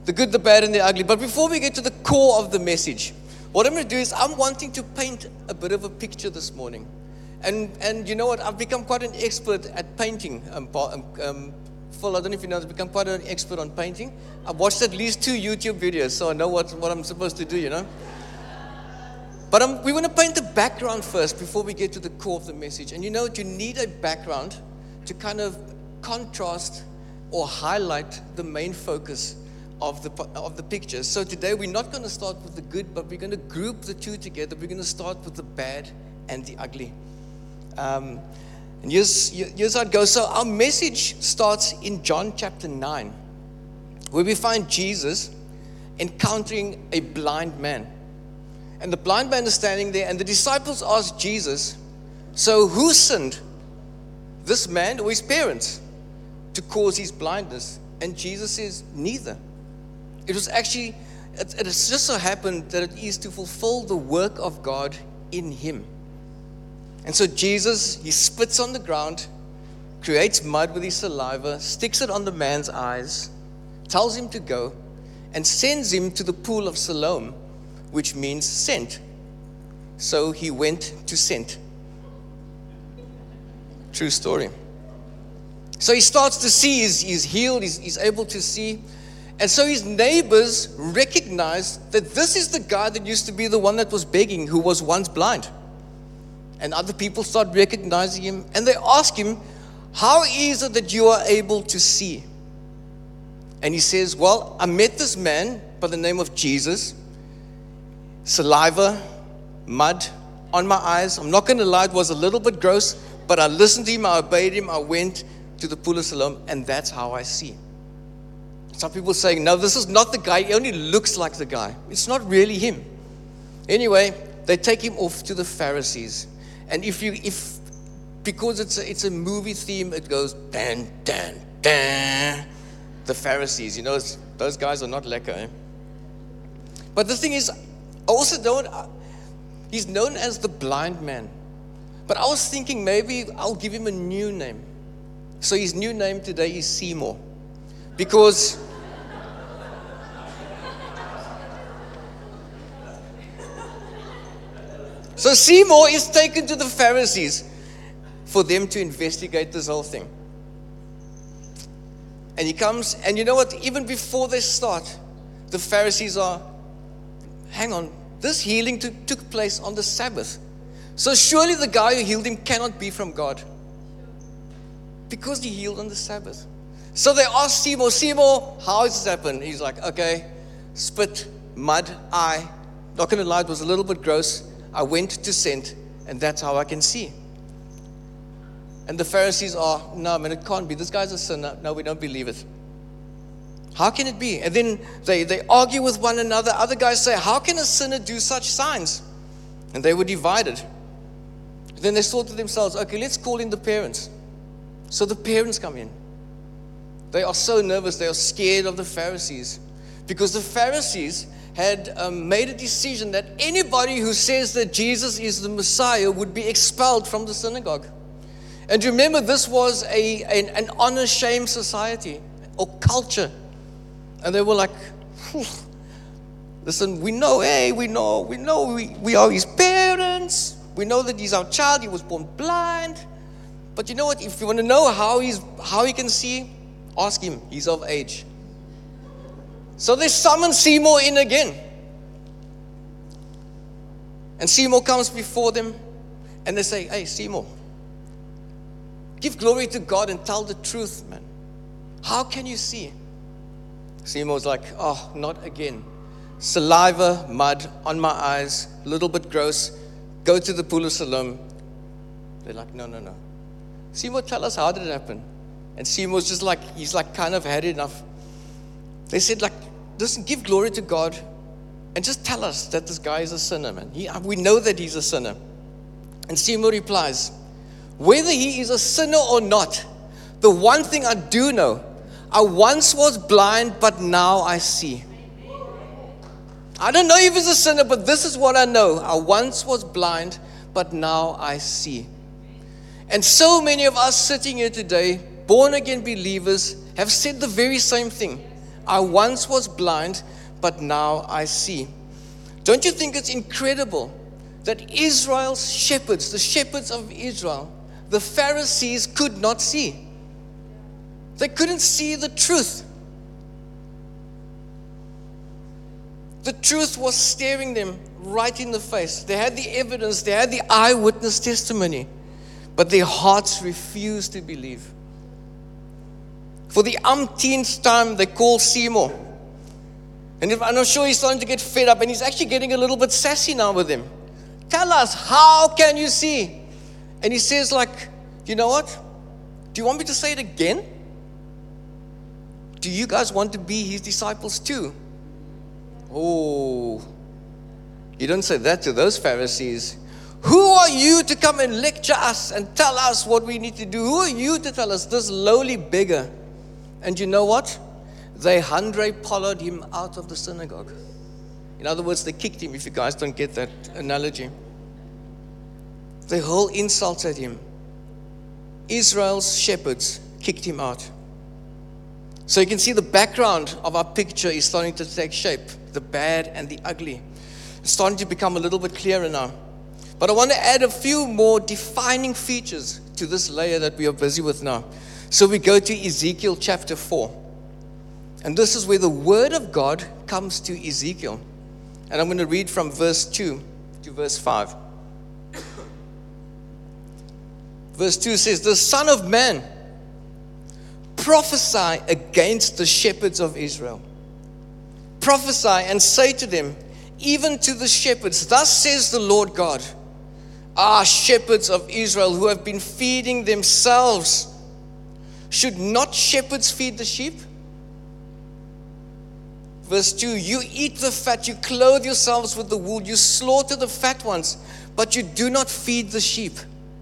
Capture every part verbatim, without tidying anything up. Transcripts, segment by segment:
The good, the bad, and the ugly. But before we get to the core of the message, what I'm going to do is I'm wanting to paint a bit of a picture this morning. And and you know what? I've become quite an expert at painting. Um, um, um, Phil, I don't know if you know, I've become quite an expert on painting. I've watched at least two YouTube videos, so I know what, what I'm supposed to do, you know. But um, we want to paint the background first before we get to the core of the message. And you know what? You need a background to kind of contrast or highlight the main focus of the of the picture. So today we're not going to start with the good, but we're going to group the two together. We're going to start with the bad and the ugly. Um, and here's, here's how it goes. So our message starts in John chapter nine, where we find Jesus encountering a blind man. And the blind man is standing there, and the disciples ask Jesus, so who sinned, this man or his parents, to cause his blindness? And Jesus says, neither. It was actually, it, it has just so happened that it is to fulfill the work of God in him. And so Jesus, he spits on the ground, creates mud with his saliva, sticks it on the man's eyes, tells him to go, and sends him to the pool of Siloam, which means sent. So he went to sent. True story. So he starts to see, he's, he's healed, he's, he's able to see. And so his neighbors recognize that this is the guy that used to be the one that was begging, who was once blind. And other people start recognizing him, and they ask him, how is it that you are able to see? And he says, well, I met this man by the name of Jesus. Saliva, mud on my eyes. I'm not going to lie, it was a little bit gross, but I listened to him, I obeyed him, I went to the pool of Siloam, and that's how I see. Some people saying, no, this is not the guy, he only looks like the guy. It's not really him. Anyway, they take him off to the Pharisees. And if you, if, because it's a, it's a movie theme, it goes, dan, dan, dan. The Pharisees, you know, those guys are not lekker, eh? But the thing is, I also don't, he's known as the blind man. But I was thinking maybe I'll give him a new name. So his new name today is Seymour. Because So Seymour is taken to the Pharisees for them to investigate this whole thing. And he comes, and you know what? Even before they start, the Pharisees are, hang on, this healing took, took place on the Sabbath. So surely the guy who healed him cannot be from God, because he healed on the Sabbath. So they ask Seymour, Seymour, how has this happened? He's like, okay, spit, mud, eye. Not going to lie, it was a little bit gross. I went to sent, and that's how I can see. And the Pharisees are, no, man, it can't be. This guy's a sinner. No, we don't believe it. How can it be? And then they, they argue with one another. Other guys say, how can a sinner do such signs? And they were divided. Then they thought to themselves, okay, let's call in the parents. So the parents come in. They are so nervous. They are scared of the Pharisees, because the Pharisees had um, made a decision that anybody who says that Jesus is the Messiah would be expelled from the synagogue. And remember, this was a, an, an honor-shame society or culture. And they were like, listen, we know, hey, we know, we know we, we are his parents. We know that he's our child. He was born blind. But you know what? If you want to know how he's how he can see, ask him. He's of age. So they summon Seymour in again. And Seymour comes before them, and they say, hey, Seymour, give glory to God and tell the truth, man. How can you see? Seymour's like, oh, not again. Saliva, mud on my eyes, a little bit gross. Go to the pool of Siloam. They're like, no, no, no. Seymour, tell us, how did it happen? And Seymour's just like, he's like kind of had enough. They said, like, listen, give glory to God and just tell us that this guy is a sinner, man. He, we know that he's a sinner. And Seymour replies, whether he is a sinner or not, the one thing I do know, I once was blind, but now I see. I don't know if he's a sinner, but this is what I know. I once was blind, but now I see. And so many of us sitting here today, born again believers, have said the very same thing. I once was blind, but now I see. Don't you think it's incredible that Israel's shepherds, the shepherds of Israel, the Pharisees could not see? They couldn't see the truth. The truth was staring them right in the face. They had the evidence, they had the eyewitness testimony, but their hearts refused to believe. For the umpteenth time, they call Seymour. And if, I'm sure he's starting to get fed up, and he's actually getting a little bit sassy now with them. Tell us, how can you see? And he says, like, you know what? Do you want me to say it again? Do you guys want to be his disciples too? Oh, you don't say that to those Pharisees. Who are you to come and lecture us and tell us what we need to do? Who are you to tell us, this lowly beggar? And you know what? They Andre Pollard him out of the synagogue. In other words, they kicked him, if you guys don't get that analogy. They hurl insults at him. Israel's shepherds kicked him out. So you can see the background of our picture is starting to take shape. The bad and the ugly. It's starting to become a little bit clearer now. But I want to add a few more defining features to this layer that we are busy with now. So we go to Ezekiel chapter four. And this is where the word of God comes to Ezekiel. And I'm going to read from verse two to verse five. Verse two says, "The Son of Man, prophesy against the shepherds of Israel. Prophesy and say to them, even to the shepherds, thus says the Lord God, ah, shepherds of Israel who have been feeding themselves, should not shepherds feed the sheep?" Verse two, "You eat the fat, you clothe yourselves with the wool, you slaughter the fat ones, but you do not feed the sheep."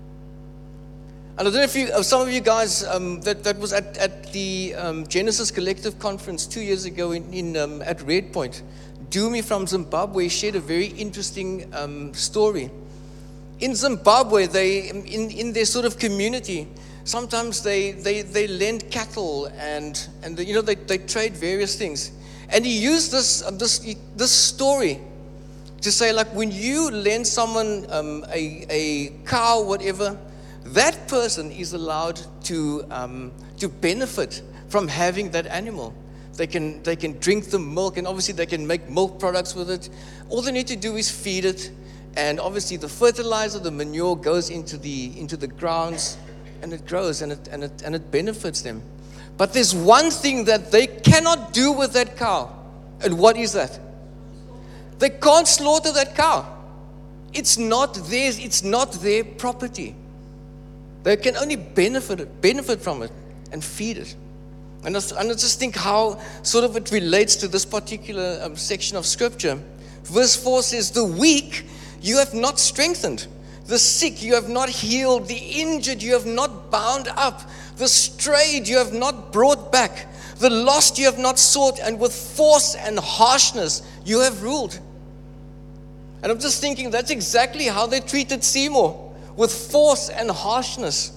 And I don't know if you, some of you guys, um, that, that was at, at the um, Genesis Collective Conference two years ago in, in um, at Red Point. Dumi from Zimbabwe shared a very interesting um, story. In Zimbabwe, they, in, in their sort of community, sometimes they, they, they lend cattle and, and you know, they, they trade various things. And he used this, um, this, this story to say, like, when you lend someone um, a, a cow, whatever, that person is allowed to, um, to benefit from having that animal. They can, they can drink the milk, and obviously they can make milk products with it. All they need to do is feed it, and obviously the fertilizer, the manure goes into the, into the grounds, and it grows, and it, and, it, and it benefits them. But there's one thing that they cannot do with that cow. And what is that? They can't slaughter that cow. It's not theirs. It's not their property. They can only benefit it, benefit from it and feed it. And I, and I just think how sort of it relates to this particular um, section of Scripture. Verse four says, "The weak you have not strengthened. The sick you have not healed. The injured you have not bound up. The strayed you have not brought back. The lost you have not sought. And with force and harshness you have ruled." And I'm just thinking that's exactly how they treated Seymour. With force and harshness.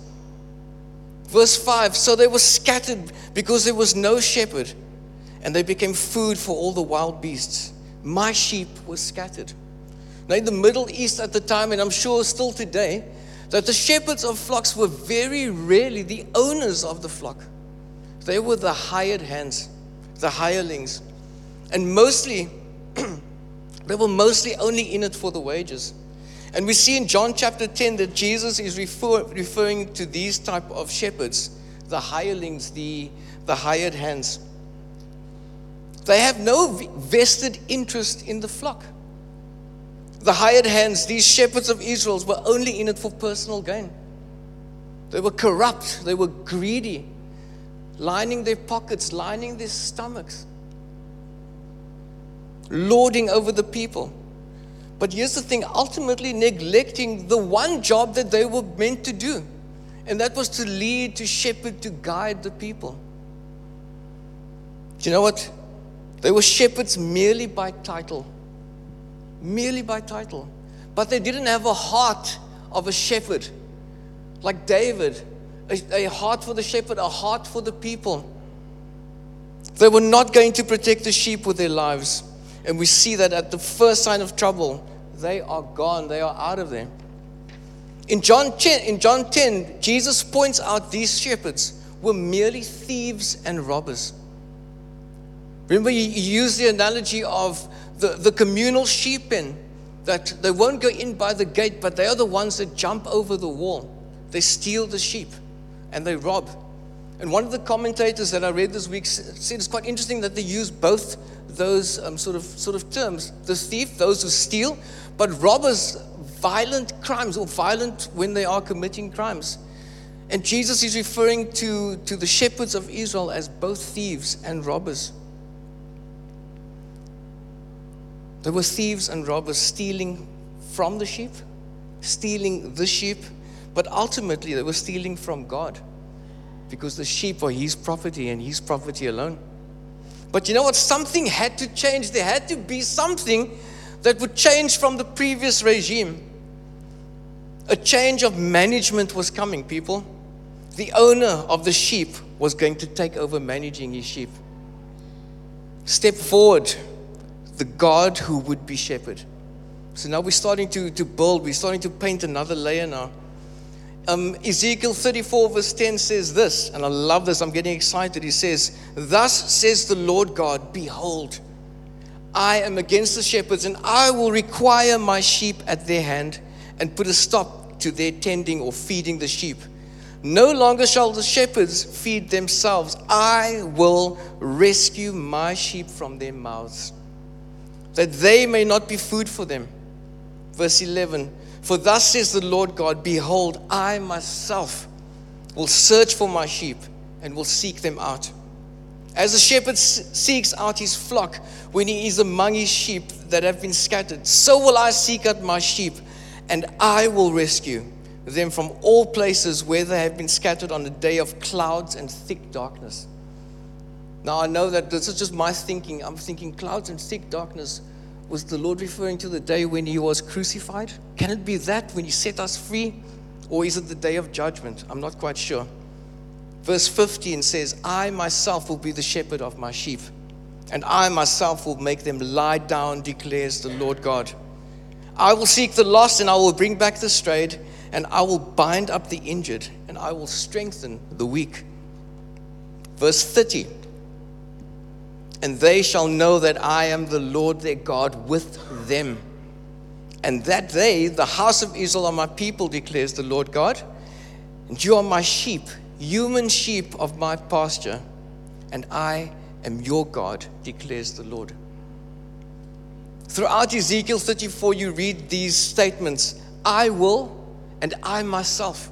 Verse five, "So they were scattered because there was no shepherd, and they became food for all the wild beasts. My sheep were scattered." Now in the Middle East at the time, and I'm sure still today, that the shepherds of flocks were very rarely the owners of the flock. They were the hired hands, the hirelings. And mostly, they were mostly only in it for the wages. And we see in John chapter ten that Jesus is refer, referring to these type of shepherds, the hirelings, the, the hired hands. They have no vested interest in the flock. The hired hands, these shepherds of Israel, were only in it for personal gain. They were corrupt, they were greedy, lining their pockets, lining their stomachs, lording over the people. But here's the thing, ultimately neglecting the one job that they were meant to do. And that was to lead, to shepherd, to guide the people. Do you know what? They were shepherds merely by title. Merely by title. But they didn't have a heart of a shepherd. Like David, a, a heart for the shepherd, a heart for the people. They were not going to protect the sheep with their lives. And we see that at the first sign of trouble, they are gone. They are out of there. In John ten, in John ten, Jesus points out these shepherds were merely thieves and robbers. Remember, he used the analogy of the, the communal sheep pen, that they won't go in by the gate, but they are the ones that jump over the wall. They steal the sheep and they rob. And one of the commentators that I read this week said it's quite interesting that they use both those um, sort of sort of terms. The thief, those who steal, but robbers, violent crimes, or violent when they are committing crimes. And Jesus is referring to, to the shepherds of Israel as both thieves and robbers. They were thieves and robbers, stealing from the sheep, stealing the sheep, but ultimately they were stealing from God, because the sheep are His property and His property alone. But you know what? Something had to change. There had to be something that would change from the previous regime. A change of management was coming, people. The owner of the sheep was going to take over managing his sheep. Step forward, the God who would be shepherd. So now we're starting to, to build, we're starting to paint another layer now. Um, Ezekiel thirty-four verse ten says this, and I love this, I'm getting excited. He says, "Thus says the Lord God, behold, I am against the shepherds, and I will require my sheep at their hand, and put a stop to their tending or feeding the sheep. No longer shall the shepherds feed themselves. I will rescue my sheep from their mouths, that they may not be food for them." Verse eleven, "For thus says the Lord God, behold, I myself will search for my sheep and will seek them out. As a shepherd seeks out his flock when he is among his sheep that have been scattered, so will I seek out my sheep, and I will rescue them from all places where they have been scattered on the day of clouds and thick darkness." Now I know that this is just my thinking. I'm thinking clouds and thick darkness. Was the Lord referring to the day when He was crucified? Can it be that when He set us free? Or is it the day of judgment? I'm not quite sure. Verse fifteen says, "I myself will be the shepherd of my sheep, and I myself will make them lie down, declares the Lord God. I will seek the lost, and I will bring back the strayed, and I will bind up the injured, and I will strengthen the weak." Verse thirty, "And they shall know that I am the Lord their God with them, and that they, the house of Israel, are my people, declares the Lord God. And you are my sheep, human sheep of my pasture, and I am your God, declares the Lord." Throughout Ezekiel thirty-four, you read these statements: I will, and I myself.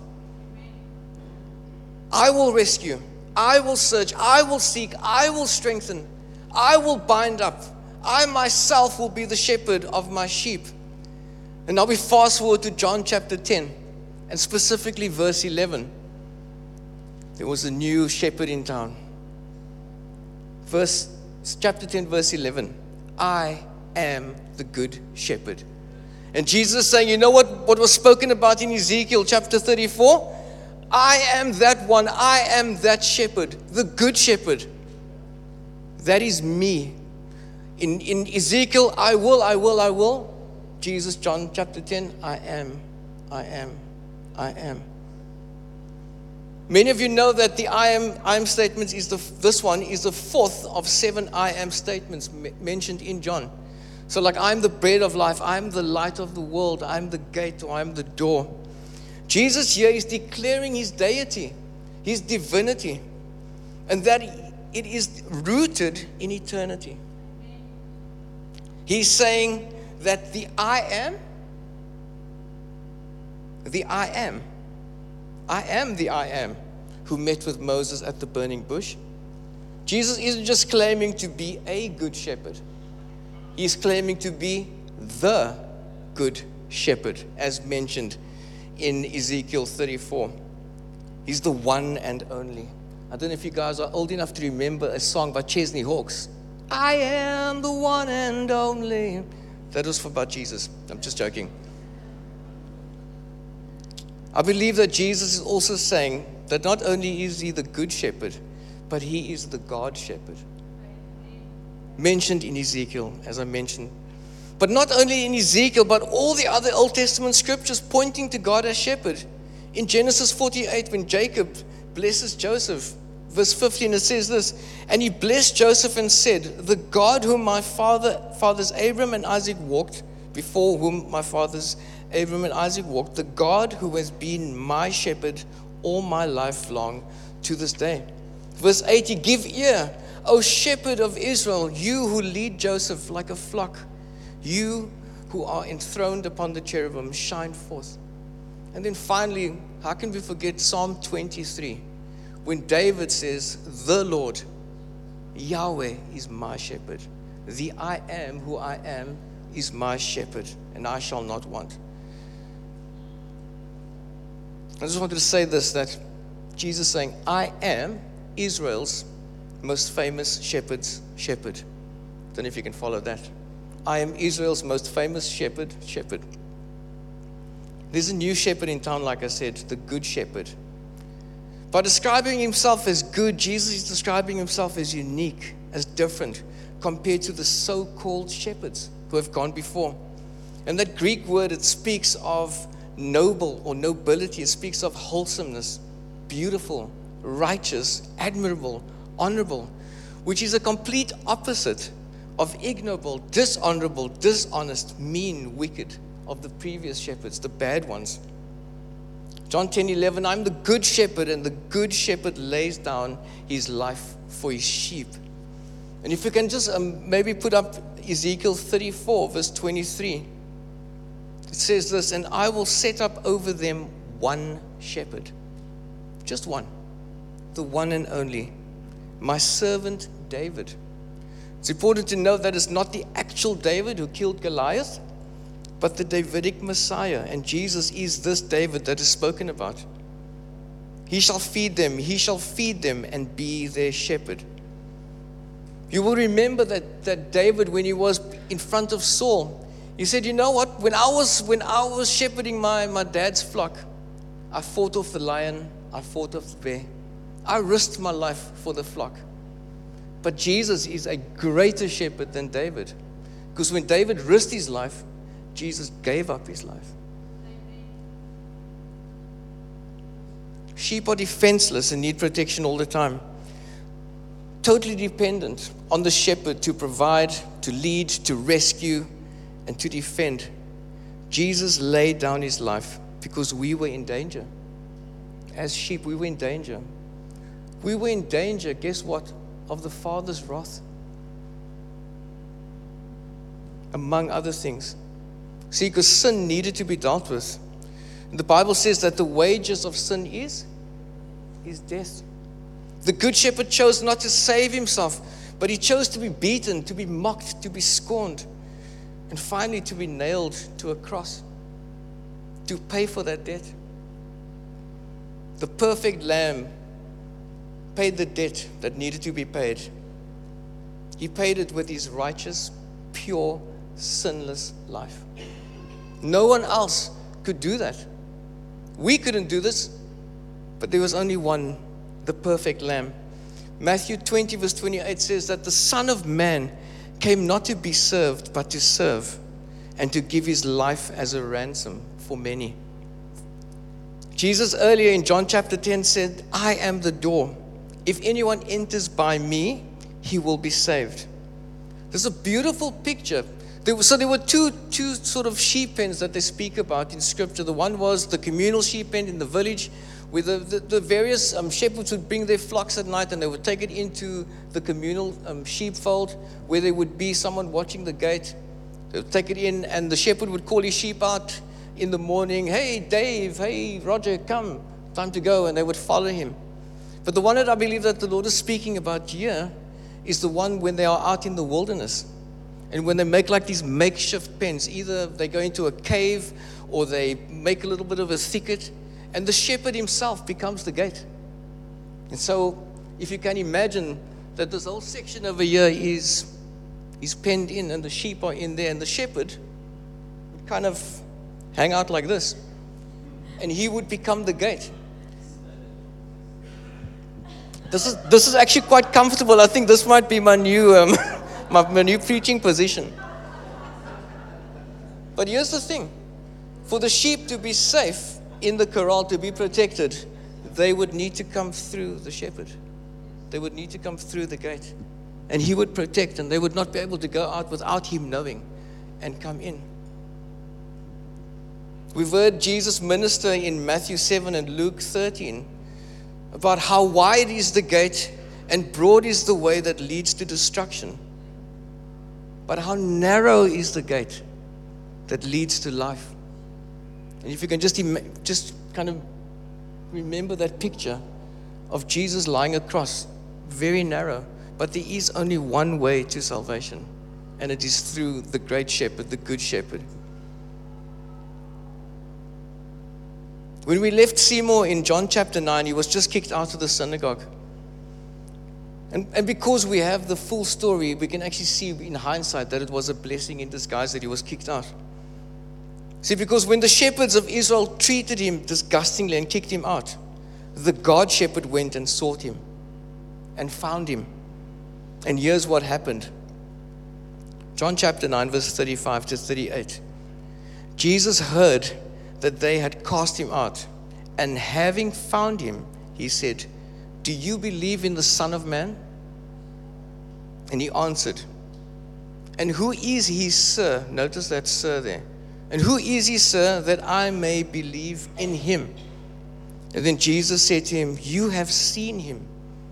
I will rescue, I will search, I will seek, I will strengthen, I will bind up. I myself will be the shepherd of my sheep. And now we fast forward to John chapter ten, and specifically verse eleven. There was a new shepherd in town. Verse, chapter ten, verse eleven. "I am the good shepherd." And Jesus is saying, you know what, what was spoken about in Ezekiel chapter thirty-four? I am that one. I am that shepherd, the good shepherd. That is me. In, in Ezekiel, I will, I will, I will. Jesus, John chapter ten, I am, I am, I am. Many of you know that the I am, I am statements is the, this one is the fourth of seven I am statements m- mentioned in John. So like, I'm the bread of life, I'm the light of the world, I'm the gate, or I'm the door. Jesus here is declaring His deity, His divinity, and that it is rooted in eternity. He's saying that the I am, the I am, I am the I am who met with Moses at the burning bush. Jesus isn't just claiming to be a good shepherd. He's claiming to be the good shepherd, as mentioned in Ezekiel thirty-four. He's the one and only. I don't know if you guys are old enough to remember a song by Chesney Hawkes. I am the one and only. That was about Jesus. I'm just joking. I believe that Jesus is also saying that not only is He the good shepherd, but He is the God shepherd. mentioned in Ezekiel, as I mentioned. But not only in Ezekiel, but all the other Old Testament scriptures pointing to God as shepherd. In Genesis forty-eight, when Jacob blesses Joseph, verse fifteen, it says this, and he blessed Joseph and said, the God whom my father, fathers Abram and Isaac walked, before whom my fathers Abram and Isaac walked, the God who has been my shepherd all my life long to this day. Verse eighty, give ear, O shepherd of Israel, you who lead Joseph like a flock, you who are enthroned upon the cherubim, shine forth. And then finally, how can we forget Psalm twenty-three, when David says, the Lord, Yahweh is my shepherd. The I am who I am is my shepherd, and I shall not want. I just wanted to say this, that Jesus saying, I am Israel's most famous shepherd's shepherd. I don't know if you can follow that. I am Israel's most famous shepherd, shepherd. There's a new shepherd in town, like I said, the good shepherd. By describing himself as good, Jesus is describing himself as unique, as different, compared to the so-called shepherds who have gone before. And that Greek word, it speaks of noble or nobility. It speaks of wholesomeness, beautiful, righteous, admirable, honorable, which is a complete opposite of ignoble, dishonorable, dishonest, mean, wicked of the previous shepherds, the bad ones. John ten eleven, I'm the good shepherd, and the good shepherd lays down his life for his sheep. And if you can just um, maybe put up Ezekiel thirty-four, verse twenty-three. It says this, and I will set up over them one shepherd. Just one. The one and only. My servant David. It's important to note that it's not the actual David who killed Goliath, but the Davidic Messiah. And Jesus is this David that is spoken about. He shall feed them. He shall feed them and be their shepherd. You will remember that, that David, when he was in front of Saul, he said, you know what? When I was, when I was shepherding my, my dad's flock, I fought off the lion. I fought off the bear. I risked my life for the flock. But Jesus is a greater shepherd than David. Because when David risked his life, Jesus gave up his life. Sheep are defenseless and need protection all the time. Totally dependent on the shepherd to provide, to lead, to rescue, and to defend. Jesus laid down his life because we were in danger. As sheep, we were in danger. We were in danger, guess what? Of the Father's wrath. Among other things. See, because sin needed to be dealt with. And the Bible says that the wages of sin is, is death. The good shepherd chose not to save himself, but he chose to be beaten, to be mocked, to be scorned, and finally to be nailed to a cross, to pay for that debt. The perfect lamb paid the debt that needed to be paid. He paid it with his righteous, pure, sinless life. No one else could do that. We couldn't do this, but there was only one, the perfect lamb. Matthew twenty verse twenty-eight says that the Son of Man came not to be served, but to serve, and to give his life as a ransom for many. Jesus earlier in John chapter ten said, I am the door. If anyone enters by me, he will be saved. This is a beautiful picture. There was, so there were two, two sort of sheep pens that they speak about in Scripture. The one was the communal sheep pen in the village, where the, the, the various um, shepherds would bring their flocks at night and they would take it into the communal um, sheepfold, where there would be someone watching the gate. They would take it in and the shepherd would call his sheep out in the morning. Hey, Dave, hey, Roger, come, time to go. And they would follow him. But the one that I believe that the Lord is speaking about here is the one when they are out in the wilderness. And when they make like these makeshift pens, either they go into a cave or they make a little bit of a thicket, and the shepherd himself becomes the gate. And so, if you can imagine that this whole section over here is, is penned in, and the sheep are in there, and the shepherd would kind of hang out like this, and he would become the gate. This is this is actually quite comfortable. I think this might be my new um, my, my new preaching position. But here's the thing. For the sheep to be safe in the corral, to be protected, they would need to come through the shepherd. They would need to come through the gate. And he would protect, and they would not be able to go out without him knowing and come in. We've heard Jesus minister in Matthew seven and Luke thirteen about how wide is the gate and broad is the way that leads to destruction. But how narrow is the gate that leads to life. And if you can just, ima- just kind of remember that picture of Jesus lying across, very narrow, but there is only one way to salvation, and it is through the great shepherd, the good shepherd. When we left Seymour in John chapter nine, he was just kicked out of the synagogue. And, and because we have the full story, we can actually see in hindsight that it was a blessing in disguise that he was kicked out. See, because when the shepherds of Israel treated him disgustingly and kicked him out, the God shepherd went and sought him and found him. And here's what happened. John chapter nine, verse thirty-five to thirty-eight. Jesus heard that they had cast him out, and having found him, he said, "Do you believe in the Son of Man?" And he answered, "And who is he, sir?" Notice that sir there. "And who is he, sir, that I may believe in him?" And then Jesus said to him, "You have seen him."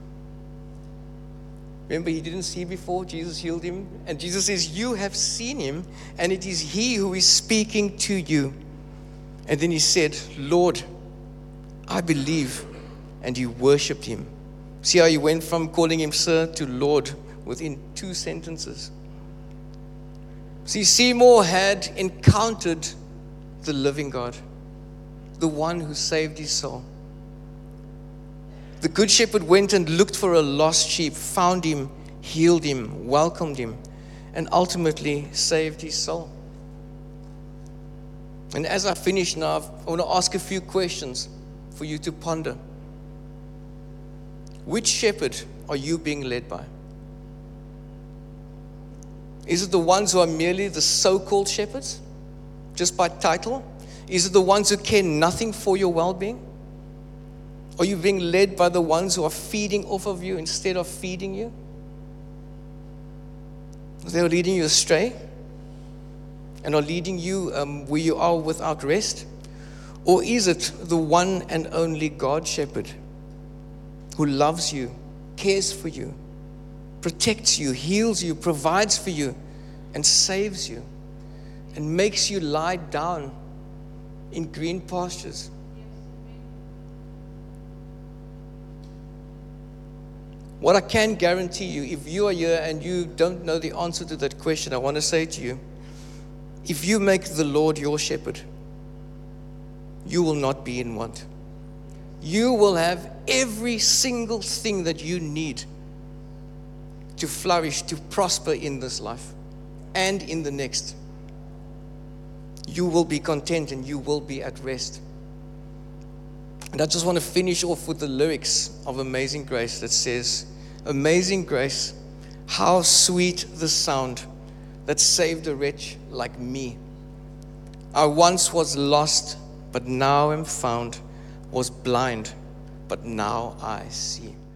Remember, he didn't see before. Jesus healed him. And Jesus says, "You have seen him, and it is he who is speaking to you." And then he said, "Lord, I believe." And he worshipped him. See how he went from calling him sir to Lord within two sentences. See, Seymour had encountered the living God, the one who saved his soul. The good shepherd went and looked for a lost sheep, found him, healed him, welcomed him, and ultimately saved his soul. And as I finish now, I want to ask a few questions for you to ponder. Which shepherd are you being led by? Is it the ones who are merely the so-called shepherds, just by title? Is it the ones who care nothing for your well-being? Are you being led by the ones who are feeding off of you instead of feeding you? They are leading you astray and are leading you um, where you are without rest? Or is it the one and only God shepherd who loves you, cares for you, protects you, heals you, provides for you, and saves you, and makes you lie down in green pastures? What I can guarantee you, if you are here and you don't know the answer to that question, I want to say to you, if you make the Lord your shepherd, you will not be in want. You will have every single thing that you need to flourish, to prosper in this life and in the next. You will be content and you will be at rest. And I just want to finish off with the lyrics of Amazing Grace that says, "Amazing grace, how sweet the sound that saved a wretch like me. I once was lost, but now am found, was blind, but now I see."